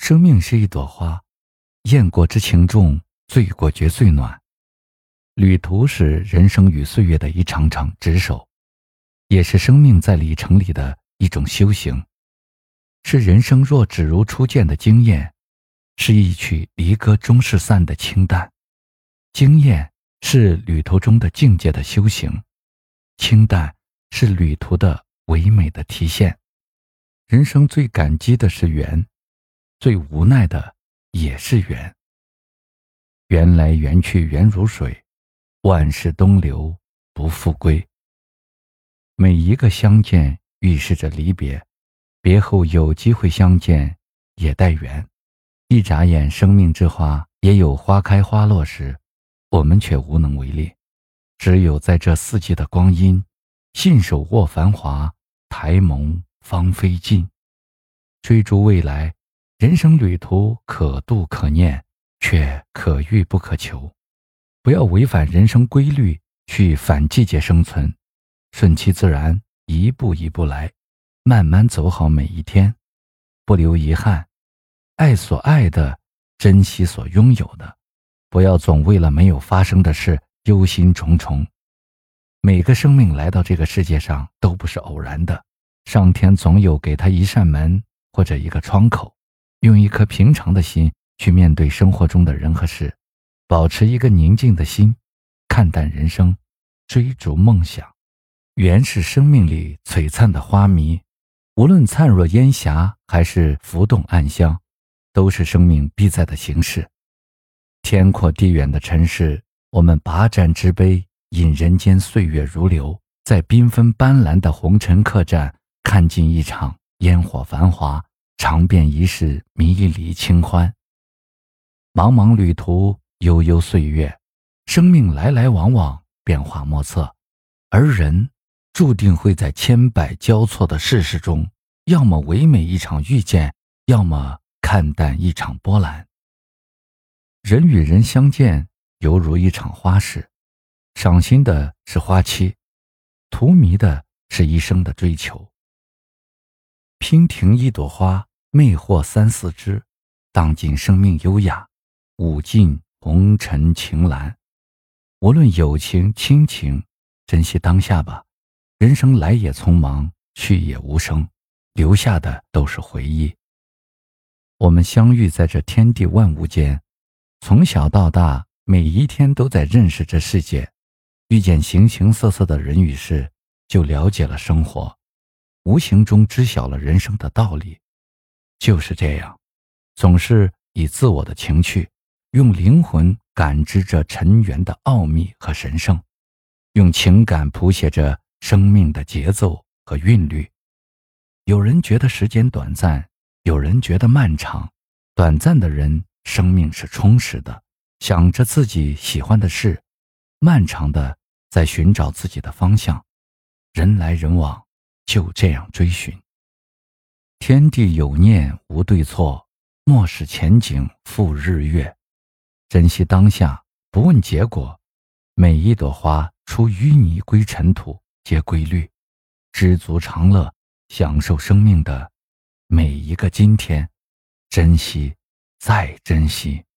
生命是一朵花，雁过之情重，醉过觉最暖。旅途是人生与岁月的一场场执手，也是生命在里程里的一种修行，是人生若只如初见的经验，是一曲离歌终是散的清淡。经验是旅途中的境界的修行，清淡是旅途的唯美的体现。人生最感激的是缘，最无奈的也是缘。缘来缘去缘如水，万事东流不复归。每一个相见预示着离别，别后有机会相见也带缘。一眨眼，生命之花也有花开花落时，我们却无能为力。只有在这四季的光阴，信手握繁华，抬眸芳菲尽。追逐未来，人生旅途可度可念，却可遇不可求。不要违反人生规律，去反季节生存，顺其自然，一步一步来，慢慢走好每一天，不留遗憾。爱所爱的，珍惜所拥有的，不要总为了没有发生的事忧心忡忡。每个生命来到这个世界上都不是偶然的，上天总有给他一扇门或者一个窗口，用一颗平常的心去面对生活中的人和事，保持一个宁静的心，看淡人生，追逐梦想。缘是生命里璀璨的花迷，无论灿若烟霞还是浮动暗香，都是生命必在的形式。天阔地远的尘世，我们拔盏之杯，饮人间岁月如流，在缤纷斑斓的红尘客栈，看尽一场烟火繁华，尝遍一世迷离清欢。茫茫旅途，悠悠岁月，生命来来往往，变化莫测，而人注定会在千百交错的世事中，要么唯美一场遇见，要么看淡一场波澜。人与人相见，犹如一场花事，赏心的是花期，荼蘼的是一生的追求。娉婷一朵花，魅惑三四枝，荡尽生命优雅，舞尽红尘情澜。无论友情亲情，珍惜当下吧。人生来也匆忙，去也无声，留下的都是回忆。我们相遇在这天地万物间，从小到大，每一天都在认识这世界，遇见形形色色的人与事，就了解了生活，无形中知晓了人生的道理。就是这样，总是以自我的情趣，用灵魂感知着尘缘的奥秘和神圣，用情感谱写着生命的节奏和韵律。有人觉得时间短暂，有人觉得漫长。短暂的人，生命是充实的，想着自己喜欢的事；漫长的，在寻找自己的方向。人来人往，就这样追寻。天地有念无对错，莫使前景负日月。珍惜当下，不问结果。每一朵花出淤泥归尘土，皆规律。知足常乐，享受生命的每一个今天，珍惜再珍惜。